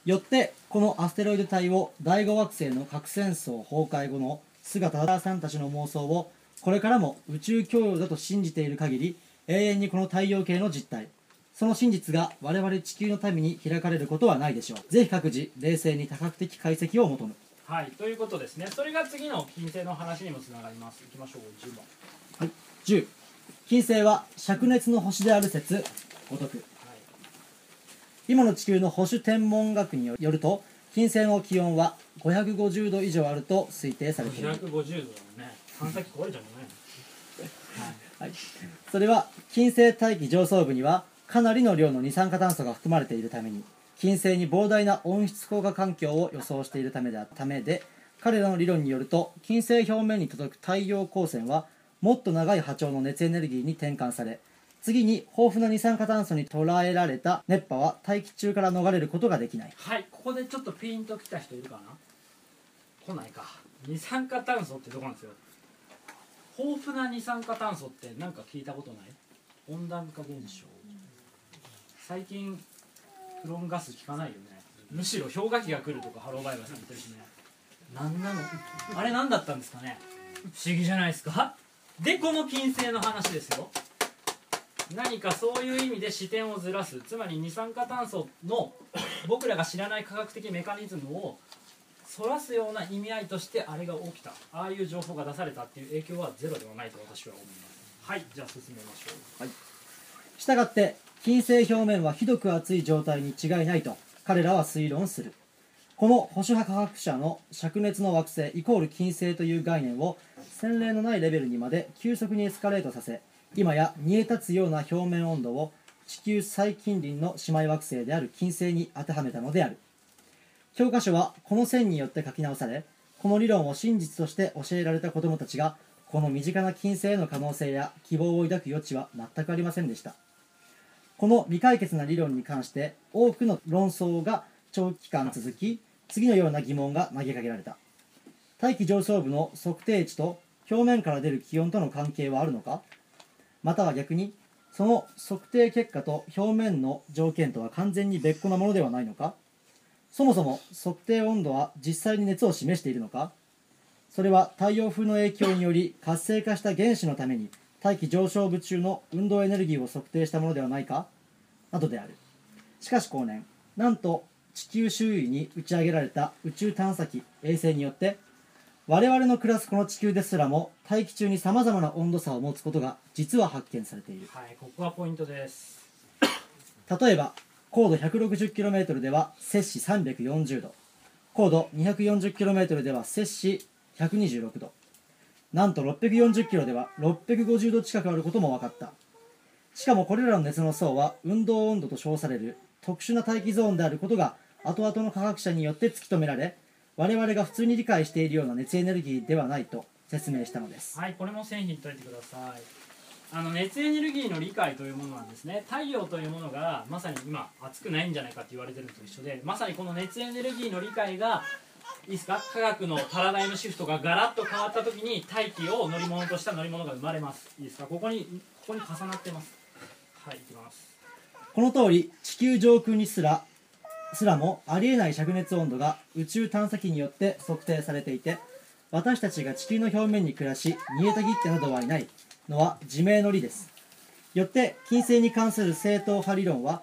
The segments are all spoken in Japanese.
よってこのアステロイド帯を第5惑星の核戦争崩壊後の姿忠さんたちの妄想をこれからも宇宙共有だと信じている限り、永遠にこの太陽系の実態、その真実が我々地球のために開かれることはないでしょう。ぜひ各自冷静に多角的解析を求む。 はい、ということですね。それが次の金星の話にもつながります。いきましょう。10番。 はい、10、金星は灼熱の星である説ごとく、はい、今の地球の保守天文学によると、金星の気温は550度以上あると推定されている。 550度だもんね。探査機壊れちゃうもんね。 はい、それは金星大気上層部にはかなりの量の二酸化炭素が含まれているために、金星に膨大な温室効果環境を予想しているためで、彼らの理論によると、金星表面に届く太陽光線はもっと長い波長の熱エネルギーに転換され、次に豊富な二酸化炭素に捉えられた熱波は大気中から逃れることができない。 はい、ここでちょっとピンときた人いるかな。来ないか。二酸化炭素ってどこなんですよ。豊富な二酸化炭素って何か聞いたことない？温暖化現象。最近フロンガス聞かないよね。むしろ氷河期が来るとかハローバイバイさん言ってるしね。なんなのあれ何だったんですかね。不思議じゃないですか。でこの金星の話ですよ。何かそういう意味で視点をずらす、つまり二酸化炭素の僕らが知らない科学的メカニズムをそらすような意味合いとしてあれが起きた、ああいう情報が出されたっていう影響はゼロではないと私は思います。はい、じゃあ進めましょう。 はい、したがって金星表面はひどく熱い状態に違いないと彼らは推論する。この保守派科学者の灼熱の惑星イコール金星という概念を前例のないレベルにまで急速にエスカレートさせ、今や煮え立つような表面温度を地球最近隣の姉妹惑星である金星に当てはめたのである。教科書はこの線によって書き直され、この理論を真実として教えられた子どもたちがこの身近な金星への可能性や希望を抱く余地は全くありませんでした。この未解決な理論に関して多くの論争が長期間続き、次のような疑問が投げかけられた。大気上層部の測定値と表面から出る気温との関係はあるのか、または逆にその測定結果と表面の条件とは完全に別個なものではないのか、そもそも測定温度は実際に熱を示しているのか、それは太陽風の影響により活性化した原子のために大気上昇部中の運動エネルギーを測定したものではないかなどである。しかし後年、なんと地球周囲に打ち上げられた宇宙探査機衛星によって我々の暮らすこの地球ですらも大気中にさまざまな温度差を持つことが実は発見されている。 はい、ここがポイントです。 例えば高度 160km では摂氏340度、高度 240km では摂氏126度、なんと 640km では650度近くあることも分かった。しかもこれらの熱の層は運動温度と称される特殊な大気ゾーンであることが後々の科学者によって突き止められ、我々が普通に理解しているような熱エネルギーではないと説明したのです。 はい、これも線引いておいてください。熱エネルギーの理解というものなんですね。太陽というものがまさに今熱くないんじゃないかって言われてるのと一緒で、まさにこの熱エネルギーの理解がいいですか、科学のパラダイムシフトがガラッと変わった時に大気を乗り物とした乗り物が生まれます。いいですか、ここに重なってます。はい、いきます。 この通り地球上空にすらもありえない灼熱温度が宇宙探査機によって測定されていて、私たちが地球の表面に暮らし煮えたぎってなどはいないのは自明の理です。よって金星に関する正統派理論は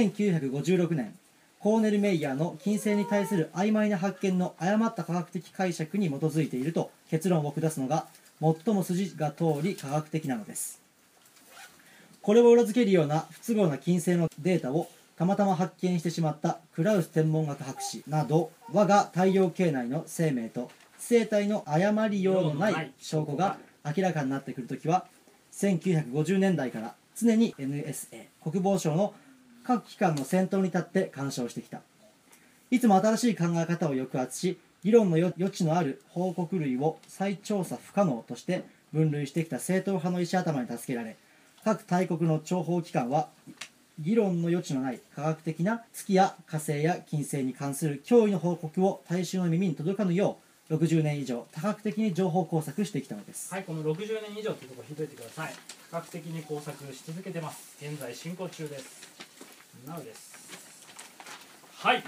1956年コーネル・メイヤーの金星に対する曖昧な発見の誤った科学的解釈に基づいていると結論を下すのが最も筋が通り科学的なのです。これを裏付けるような不都合な金星のデータをたまたま発見してしまったクラウス天文学博士など、我が太陽系内の生命と生態の誤りようのない証拠が明らかになってくるときは、1950年代から常に NSA 国防省の各機関の先頭に立って干渉してきた。いつも新しい考え方を抑圧し、議論の余地のある報告類を再調査不可能として分類してきた正統派の石頭に助けられ、各大国の諜報機関は議論の余地のない科学的な月や火星や金星に関する脅威の報告を大衆の耳に届かぬよう60年以上多角的に情報工作してきたのです。 はい、この60年以上というところ引いといてください。多角的に工作し続けてます。現在進行中です。なおです。はい、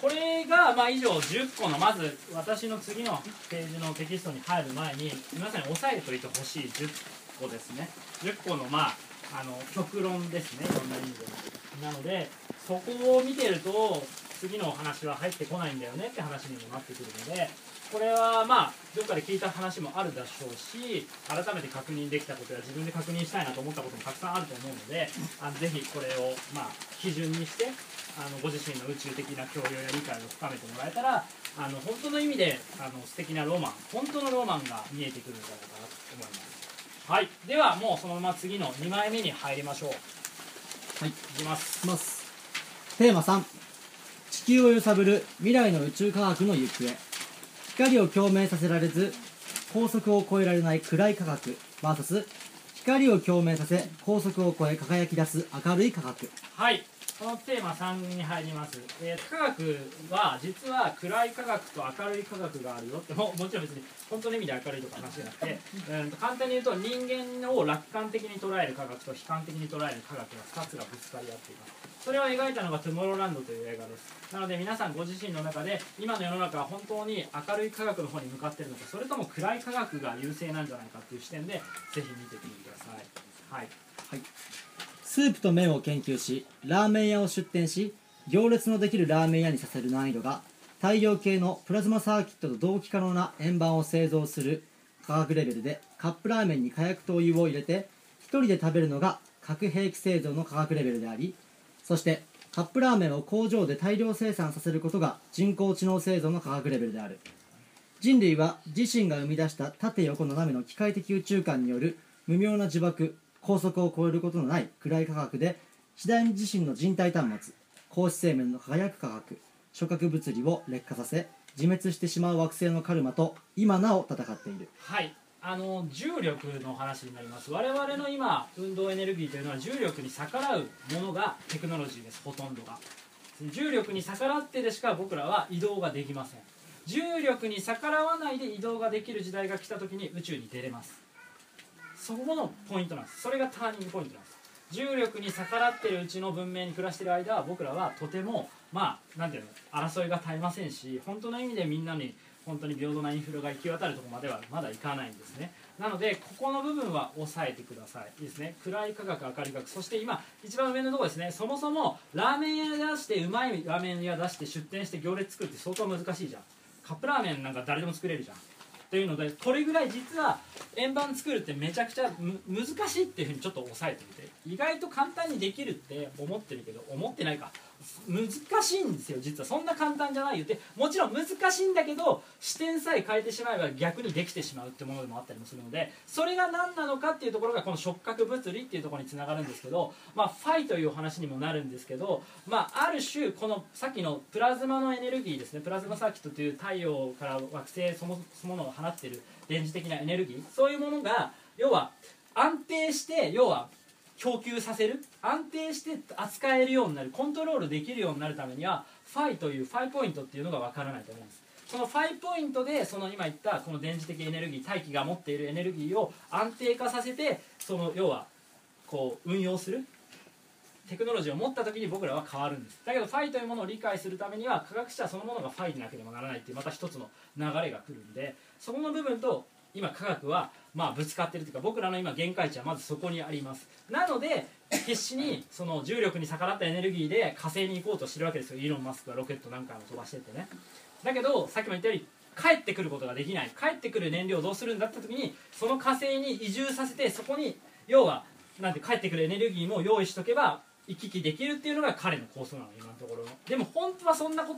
これが以上10個の、まず私の次のページのテキストに入る前に皆さんに押さえておいてほしい10個ですね。10個の極論ですね、いろんな意味で。なのでそこを見てると次の話は入ってこないんだよねって話にもなってくるので、これはどっかで聞いた話もあるでしょうし、改めて確認できたことや自分で確認したいなと思ったこともたくさんあると思うので、ぜひこれを基準にしてご自身の宇宙的な教養や理解を深めてもらえたら、本当の意味で素敵なロマン、本当のロマンが見えてくるんじゃないかなと思います。はい、ではもうそのまま次の2枚目に入りましょう。 はい、 いきます。 テーマ3、地球を揺さぶる未来の宇宙科学の行方。光を共鳴させられず光速を超えられない暗い科学 VS 光を共鳴させ光速を超え輝き出す明るい科学。 はい、このテーマ3に入ります。科学は実は暗い科学と明るい科学があるよって、もちろん別に本当の意味で明るいとか話じゃなくて、簡単に言うと人間を楽観的に捉える科学と悲観的に捉える科学が2つがぶつかり合っています。それを描いたのがトゥモローランドという映画です。なので皆さんご自身の中で今の世の中は本当に明るい科学の方に向かっているのか、それとも暗い科学が優勢なんじゃないかっていう視点でぜひ見てみてください。はい、 スープと麺を研究しラーメン屋を出店し行列のできるラーメン屋にさせる難易度が太陽系のプラズマサーキットと同期可能な円盤を製造する科学レベルで、カップラーメンに火薬とお湯を入れて一人で食べるのが核兵器製造の科学レベルであり、そしてカップラーメンを工場で大量生産させることが人工知能製造の科学レベルである。人類は自身が生み出した縦横斜めの機械的宇宙観による無妙な呪縛、光速を超えることのない暗い科学で次第に自身の人体端末、光子生命の輝く科学、諸核物理を劣化させ自滅してしまう惑星のカルマと今なお戦っている。 はい、重力の話になります。我々の今運動エネルギーというのは重力に逆らうものがテクノロジーです。ほとんどが重力に逆らってでしか僕らは移動ができません。重力に逆らわないで移動ができる時代が来た時に宇宙に出れます。そこのポイントなんです。それがターニングポイントなんです。重力に逆らっているうちの文明に暮らしている間は僕らはとてもなんていうの、争いが絶えませんし、本当の意味でみんなに本当に平等なインフラが行き渡るところまではまだいかないんですね。なのでここの部分は押さえてください。いいですね。暗い科学、明るい科学、そして今一番上のところですね。そもそもラーメン屋出してうまいラーメン屋出して出店して行列作るって相当難しいじゃん。カップラーメンなんか誰でも作れるじゃん。というのでこれぐらい実は円盤作るってめちゃくちゃ難しいっていうふうにちょっと押さえてみて、意外と簡単にできるって思ってるけど思ってないか、難しいんですよ。実はそんな簡単じゃないよって、もちろん難しいんだけど視点さえ変えてしまえば逆にできてしまうってものでもあったりもするので、それが何なのかっていうところがこの触覚物理っていうところにつながるんですけど、ファイというお話にもなるんですけど、ある種このさっきのプラズマのエネルギーですね、プラズマサーキットという太陽から惑星そもそもの放っている電磁的なエネルギー、そういうものが要は安定して供給させる、安定して扱えるようになる、コントロールできるようになるためにはファイというファイポイントっていうのが分からないと思うんです。そのファイポイントでその今言ったこの電磁的エネルギー、大気が持っているエネルギーを安定化させて、その要は運用するテクノロジーを持った時に僕らは変わるんです。だけどファイというものを理解するためには科学者そのものがファイでなければならないっていうまた一つの流れが来るんで、そこの部分と今科学はぶつかってるというか、僕らの今限界値はまずそこにあります。なので必死にその重力に逆らったエネルギーで火星に行こうとしてるわけですよ。イーロン・マスクはロケット何回も飛ばしてってね。だけどさっきも言ったように帰ってくることができない、帰ってくる燃料をどうするんだった時にその火星に移住させて、そこに要は帰ってくるエネルギーも用意しとけば行き来できるっていうのが彼の構想なの、今のところの。でも本当はそんなこと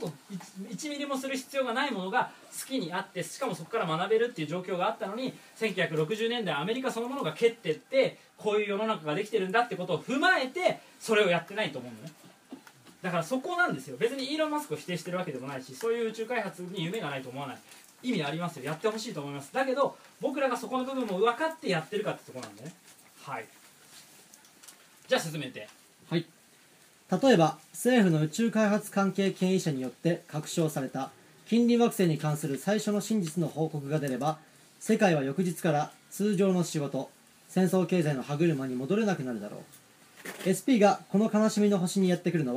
1ミリもする必要がないものが好きにあって、しかもそこから学べるっていう状況があったのに、1960年代アメリカそのものが蹴ってってこういう世の中ができてるんだってことを踏まえてそれをやってないと思うのね。だからそこなんですよ。別にイーロン・マスクを否定してるわけでもないし、そういう宇宙開発に夢がないと思わない、意味ありますよ。やってほしいと思います。だけど僕らがそこの部分も分かってやってるかってところなんでね。はい、じゃあ進めて。 はい、例えば政府の宇宙開発関係権威者によって確証された近隣惑星に関する最初の真実の報告が出れば、世界は翌日から通常の仕事、戦争経済の歯車に戻れなくなるだろう。SP がこの悲しみの星にやってくるのは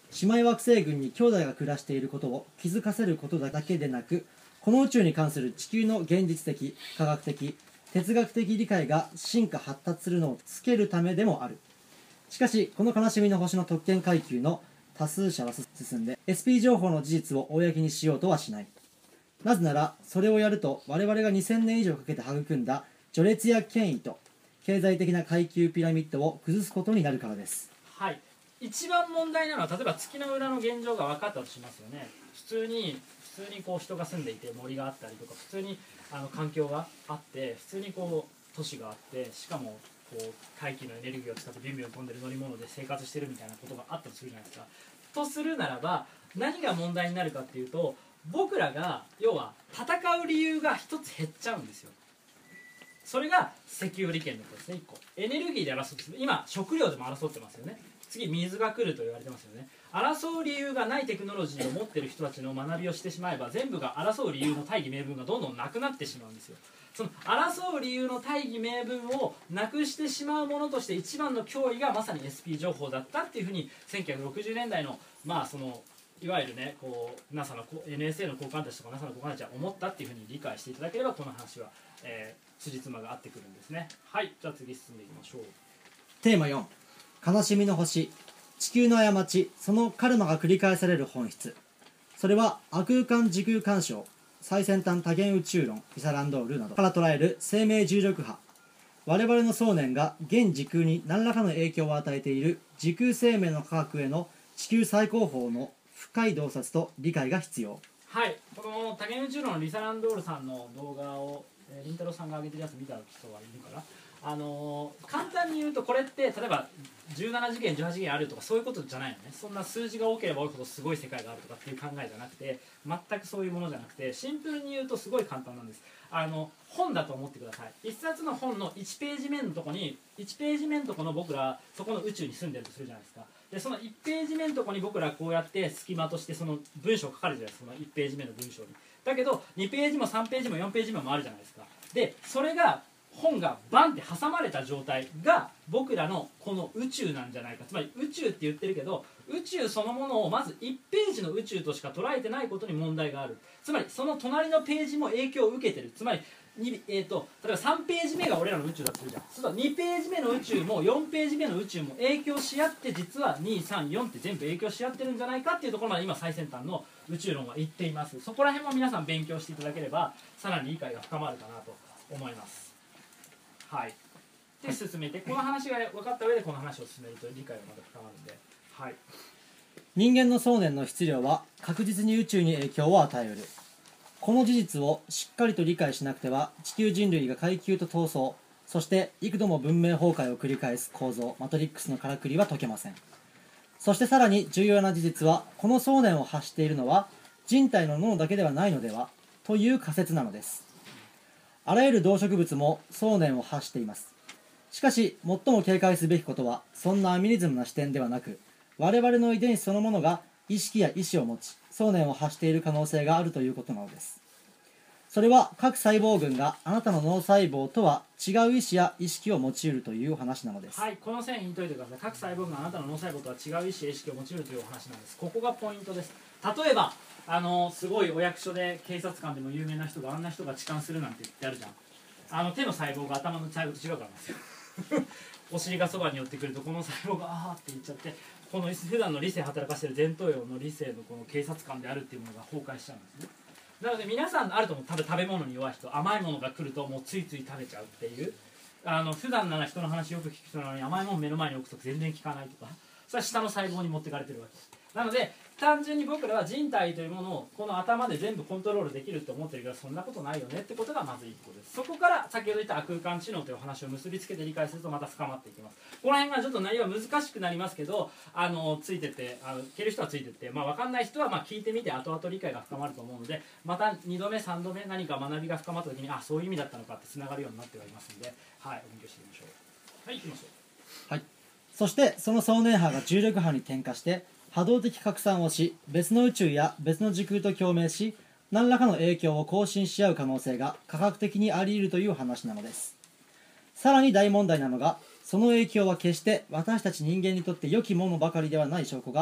姉妹惑星群に兄弟が暮らしていることを気づかせることだけでなく、この宇宙に関する地球の現実的、科学的、哲学的理解が進化発達するのをつけるためでもある。しかしこの悲しみの星の特権階級の多数者は進んで SP 情報の事実を公にしようとはしない。なぜならそれをやると我々が2000年以上かけて育んだ序列や権威と経済的な階級ピラミッドを崩すことになるからです。 はい、一番問題なのは、例えば月の裏の現状が分かったとしますよね。普通にこう人が住んでいて森があったりとか、普通に環境があって、普通にこう都市があって、しかもこう大気のエネルギーを使ってビュンビュン飛んでる乗り物で生活してるみたいなことがあったとするじゃないですか。とするならば何が問題になるかっていうと、僕らが要は戦う理由が一つ減っちゃうんですよ。それが石油利権のことですね。1個エネルギーで争って、今食料でも争ってますよね。次水が来ると言われてますよね。争う理由がないテクノロジーを持っている人たちの学びをしてしまえば、全部が争う理由の大義名分がどんどんなくなってしまうんですよ。その争う理由の大義名分をなくしてしまうものとして一番の脅威がまさに SP 情報だったっていうふうに1960年代のいわゆるねこう NASA の NSA の高官たちとか NASA の高官たちは思ったっていうふうに理解していただければ、この話は、辻褄が合ってくるんですね。はい、じゃあ次進んでいきましょう。 テーマ4、悲しみの星、地球の過ち、そのカルマが繰り返される本質。それは亜空間時空干渉、最先端多元宇宙論リサランドールなどから捉える生命重力波、我々の想念が現時空に何らかの影響を与えている時空生命の科学への地球最高峰の深い洞察と理解が必要。 はい、この多元宇宙論のリサランドールさんの動画をりんたろーさんが上げてるやつ見た人はいるかな。簡単に言うと、これって例えば17次元18次元あるとかそういうことじゃないのね。そんな数字が多ければ多いほどすごい世界があるとかっていう考えじゃなくて、全くそういうものじゃなくて、シンプルに言うとすごい簡単なんです。本だと思ってください。一冊の本の1ページ目のとこに1ページ目のとこの僕らそこの宇宙に住んでるとするじゃないですか。でその1ページ目のとこに僕らこうやって隙間としてその文章書かれてるじゃないですか。その1ページ目の文章にだけど2ページも3ページも4ページもあるじゃないですか。でそれが本がバンって挟まれた状態が僕らのこの宇宙なんじゃないか。つまり宇宙って言ってるけど、宇宙そのものをまず1ページの宇宙としか捉えてないことに問題がある。つまりその隣のページも影響を受けてる。つまり例えば3ページ目が俺らの宇宙だとするじゃん。そうすると2ページ目の宇宙も4ページ目の宇宙も影響し合って、実は234って全部影響し合ってるんじゃないかっていうところまで今最先端の宇宙論は言っています。そこら辺も皆さん勉強していただければさらに理解が深まるかなと思います。はい、で進めて、この話が分かった上でこの話を進めると理解がまた深まるんで、はい、 人間の想念の質量は確実に宇宙に影響を与えうる。この事実をしっかりと理解しなくては、地球人類が階級と闘争、そして幾度も文明崩壊を繰り返す構造マトリックスのからくりは解けません。そしてさらに重要な事実は、この想念を発しているのは人体の脳だけではないのではという仮説なのです。あらゆる動植物も想念を発しています。しかし最も警戒すべきことは、そんなアミニズムな視点ではなく、我々の遺伝子そのものが意識や意思を持ち想念を発している可能性があるということなのです。それは各細胞群があなたの脳細胞とは違う意思や意識を持ち得るというお話なのです。 はい、この線言いといてください。各細胞群があなたの脳細胞とは違う意思や意識を持ち得るというお話なんです。ここがポイントです。例えばすごいお役所で警察官でも有名な人があんな人が痴漢するなんて言ってあるじゃん。手の細胞が頭の細胞と違うからなんですよお尻がそばに寄ってくるとこの細胞があーって言っちゃって、この普段の理性働かせてる前頭葉の理性のこの警察官であるっていうものが崩壊しちゃうんですね。なので皆さんあると思う、食べ物に弱い人、甘いものが来るともうついつい食べちゃうっていう、普段なら人の話よく聞く人なのに甘いもの目の前に置くと全然聞かないとか、それは下の細胞に持ってかれてるわけ。なので単純に僕らは人体というものをこの頭で全部コントロールできると思ってるけど、そんなことないよねってことがまず1個です。そこから先ほど言った亜空間知能というお話を結びつけて理解するとまた深まっていきます。この辺がちょっと内容は難しくなりますけど、ついてって聞ける人はついてって、分かんない人は聞いてみて後々理解が深まると思うので、また2度目3度目何か学びが深まった時にそういう意味だったのかってつながるようになってはいますので、はい、お勉強してみましょう。はい、行きましょう。 はい、そしてその想念波が重力波に転化して波動的拡散をし、別の宇宙や別の時空と共鳴し、何らかの影響を更新し合う可能性が科学的にあり得るという話なのです。さらに大問題なのが、その影響は決して私たち人間にとって良きものばかりではない証拠が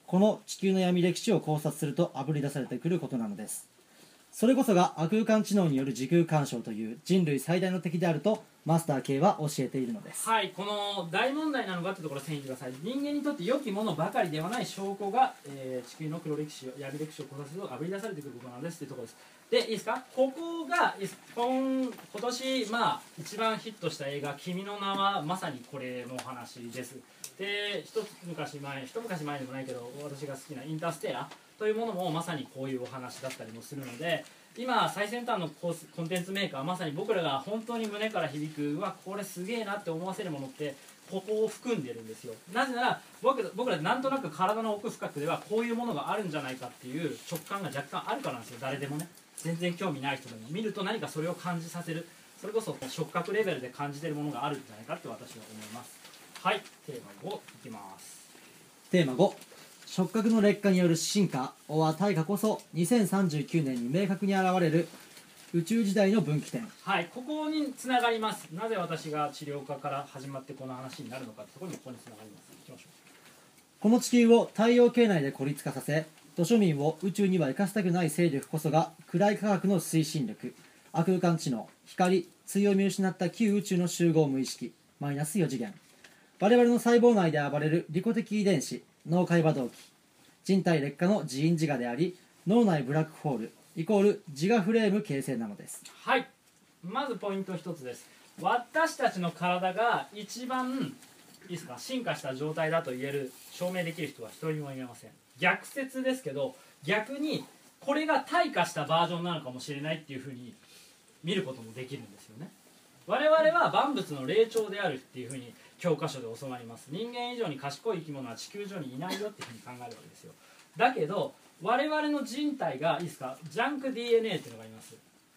この地球の闇歴史を考察するとあぶり出されてくることなのです。それこそが亜空間知能による時空干渉という人類最大の敵であるとマスター K は教えているのです。 はい、この大問題なのかというところを線引いてください。人間にとって良きものばかりではない証拠が、地球の黒歴史闇歴史を考察するとあぶり出されてくることなんですというところです。で、いいですか、ここが今年、一番ヒットした映画「君の名は」まさにこれのお話です。で、一昔前でもないけど私が好きな「インターステラー」というものもまさにこういうお話だったりもするので、今最先端のコンテンツメーカー、まさに僕らが本当に胸から響く、うわこれすげえなって思わせるものってここを含んでるんですよ。なぜなら僕らなんとなく体の奥深くではこういうものがあるんじゃないかっていう直感が若干あるからなんですよ。誰でもね、全然興味ない人でも見ると何かそれを感じさせる、それこそ触覚レベルで感じてるものがあるんじゃないかって私は思います。はい、テーマ5いきます。 テーマ5、触覚の劣化による進化は大化こそ2039年に明確に現れる宇宙時代の分岐点。 はい、ここにつながります。なぜ私が治療科から始まってこの話になるのかというところにここにつながります。いきましょう。 この地球を太陽系内で孤立化させ土庶民を宇宙には行かせたくない勢力こそが暗い科学の推進力、亜空間知能、光、対を見失った旧宇宙の集合無意識マイナス4次元、我々の細胞内で暴れる利己的遺伝子脳海馬動機、人体劣化の自因自我であり脳内ブラックホールイコール自我フレーム形成なのです。 はい、まずポイント一つです。私たちの体が一番いいですか進化した状態だと言える証明できる人は一人もいません。逆説ですけど、逆にこれが退化したバージョンなのかもしれないっていうふうに見ることもできるんですよね。我々は万物の霊長であるっていうふうに教科書で教わります。人間以上に賢い生き物は地球上にいないよっていうふうに考えるわけですよ。だけど我々の人体がいいですかジャンク DNA っていうのがあります。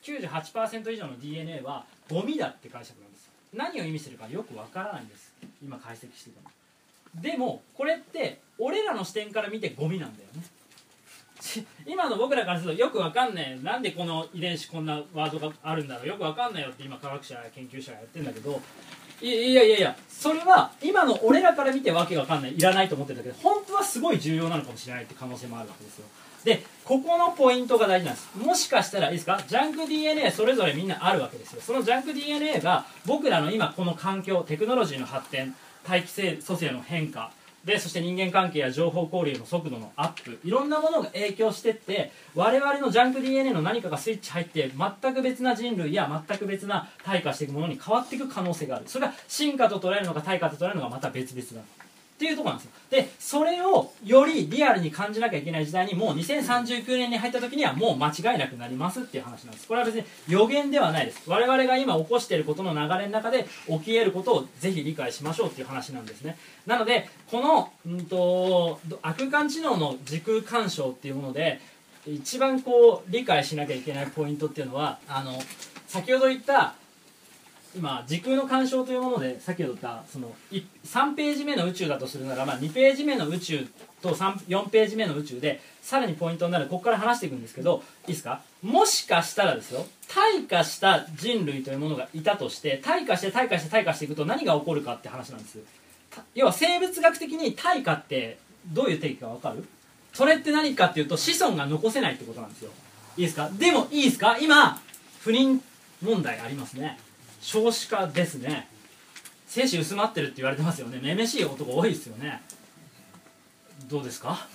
98% 以上の DNA はゴミだって解釈なんです。何を意味してるかよくわからないんです、今解析してても。でもこれって俺らの視点から見てゴミなんだよね。今の僕らからするとよくわかんない、なんでこの遺伝子こんなワードがあるんだろう、よくわかんないよって今科学者や研究者がやってるんだけど、いやそれは今の俺らから見てわけわかんない、いらないと思ってるんだけど本当はすごい重要なのかもしれないって可能性もあるわけですよ。でここのポイントが大事なんです。もしかしたらいいですかジャンク DNA それぞれみんなあるわけですよ。そのジャンク DNA が僕らの今この環境、テクノロジーの発展、大気組成の変化で、そして人間関係や情報交流の速度のアップ、いろんなものが影響していって我々のジャンク DNA の何かがスイッチ入って全く別な人類や全く別な退化していくものに変わっていく可能性がある。それが進化と捉えるのか退化と捉えるのかまた別々だっていうところなんですよ。でそれをよりリアルに感じなきゃいけない時代にもう2039年に入った時にはもう間違いなくなりますっていう話なんです。これは別に予言ではないです。我々が今起こしていることの流れの中で起き得ることをぜひ理解しましょうっていう話なんですね。なのでこの亜空間知能の時空干渉っていうもので一番こう理解しなきゃいけないポイントっていうのは先ほど言った今時空の干渉というもので先ほど言ったその3ページ目の宇宙だとするならば2ページ目の宇宙と4ページ目の宇宙でさらにポイントになるここから話していくんですけど、いいですか、もしかしたらですよ退化した人類というものがいたとして退化していくと何が起こるかって話なんです。要は生物学的に退化ってどういう定義か分かる？それって何かっていうと子孫が残せないってことなんですよ。いいですか。でもいいですか、今不妊問題ありますね。少子化ですね。精子薄まってるって言われてますよね。めめしい男多いですよね。どうですか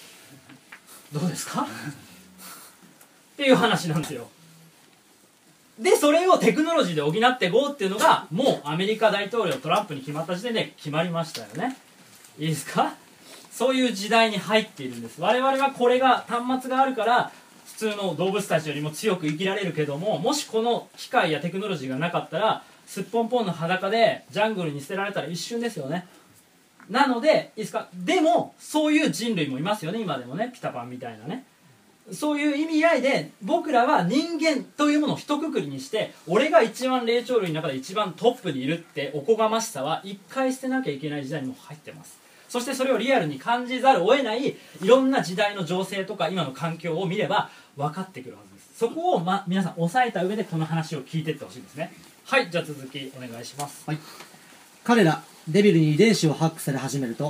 っていう話なんですよ。でそれをテクノロジーで補っていこうっていうのがもうアメリカ大統領トランプに決まった時点で決まりましたよね。いいですか。そういう時代に入っているんです。我々はこれが端末があるから普通の動物たちよりも強く生きられるけども、もしこの機械やテクノロジーがなかったらすっぽんぽんの裸でジャングルに捨てられたら一瞬ですよね。なのでいいですか、でもそういう人類もいますよね今でもね、ピタパンみたいなね。そういう意味合いで僕らは人間というものを一括りにして俺が一番霊長類の中で一番トップにいるっておこがましさは一回捨てなきゃいけない時代にも入ってます。そしてそれをリアルに感じざるを得ないいろんな時代の情勢とか今の環境を見れば分かってくるはずです。そこを、皆さん押さえた上でこの話を聞いていってほしいですね。はい、じゃあ続きお願いします。 はい、彼らデビルに遺伝子をハックされ始めると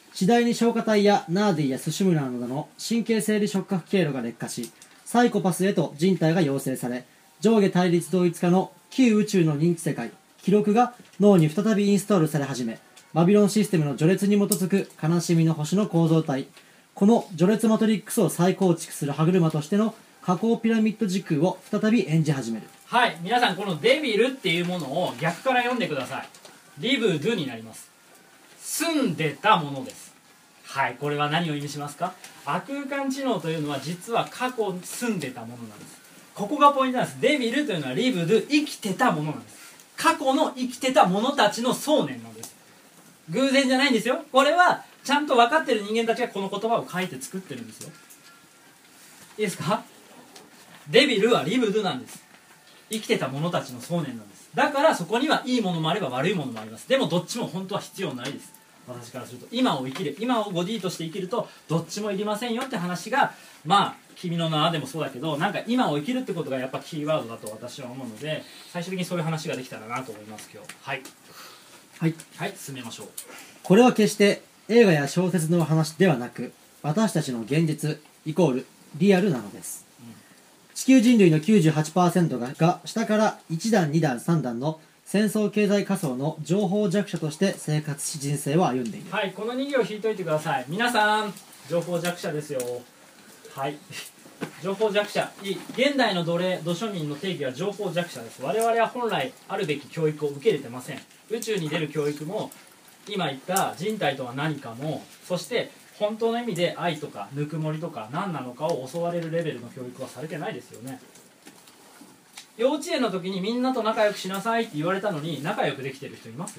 次第に消化体やナーディやスシムラーなどの神経生理触覚経路が劣化し、サイコパスへと人体が養成され、上下対立同一化の旧宇宙の認知世界、記録が脳に再びインストールされ始め、バビロンシステムの序列に基づく悲しみの星の構造体、この序列マトリックスを再構築する歯車としての下降ピラミッド時空を再び演じ始める。 はい、皆さんこのデビルっていうものを逆から読んでください。リブドゥになります。住んでたものです。はい、これは何を意味しますか？亜空間知能というのは実は過去に住んでたものなんです。ここがポイントなんです。デビルというのはリブドゥ、生きてたものなんです。過去の生きてた者たちの想念なんです。偶然じゃないんですよ。これはちゃんと分かってる人間たちがこの言葉を書いて作ってるんですよ。いいですか？デビルはリブドゥなんです。生きてた者たちの想念なんです。だからそこにはいいものもあれば悪いものもあります。でもどっちも本当は必要ないです。私からすると今を生きる、今を 5D として生きるとどっちもいりませんよって話が、まあ君の名はでもそうだけど、なんか今を生きるってことがやっぱキーワードだと私は思うので、最終的にそういう話ができたらなと思います今日。はいはい、進めましょう。 これは決して映画や小説の話ではなく、私たちの現実イコールリアルなのです。地球人類の 98% が下から1段2段3段の戦争経済仮想の情報弱者として生活し人生を歩んでいる。 はい、この2行引いといてください。皆さん情報弱者ですよ。はい情報弱者、現代の土庶民の定義は情報弱者です。我々は本来あるべき教育を受け入れてません。宇宙に出る教育も今言った人体とは何かも、そして本当の意味で愛とかぬくもりとか何なのかを教われるレベルの教育はされてないですよね。幼稚園の時にみんなと仲良くしなさいって言われたのに仲良くできてる人います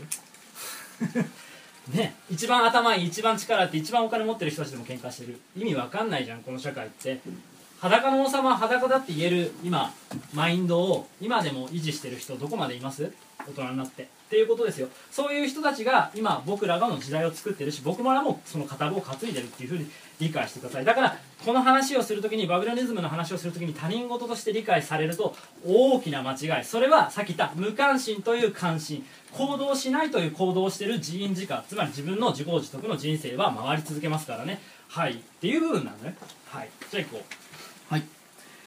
ね、一番頭いい、一番力あって一番お金持ってる人たちでも喧嘩してる。意味わかんないじゃんこの社会って。裸の王様は裸だって言える今マインドを今でも維持してる人どこまでいます？大人になってっていうことですよ。そういう人たちが今僕らがの時代を作ってるし、僕らもその片棒を担いでるっていうふうに理解してください。だからこの話をするときに、バビロニズムの話をするときに他人事として理解されると大きな間違い。それはさっき言った無関心という関心、行動しないという行動をしている自因自果、つまり自分の自業自得の人生は回り続けますからね。はいっていう部分なのね。はい、じゃあ行こう。 はい。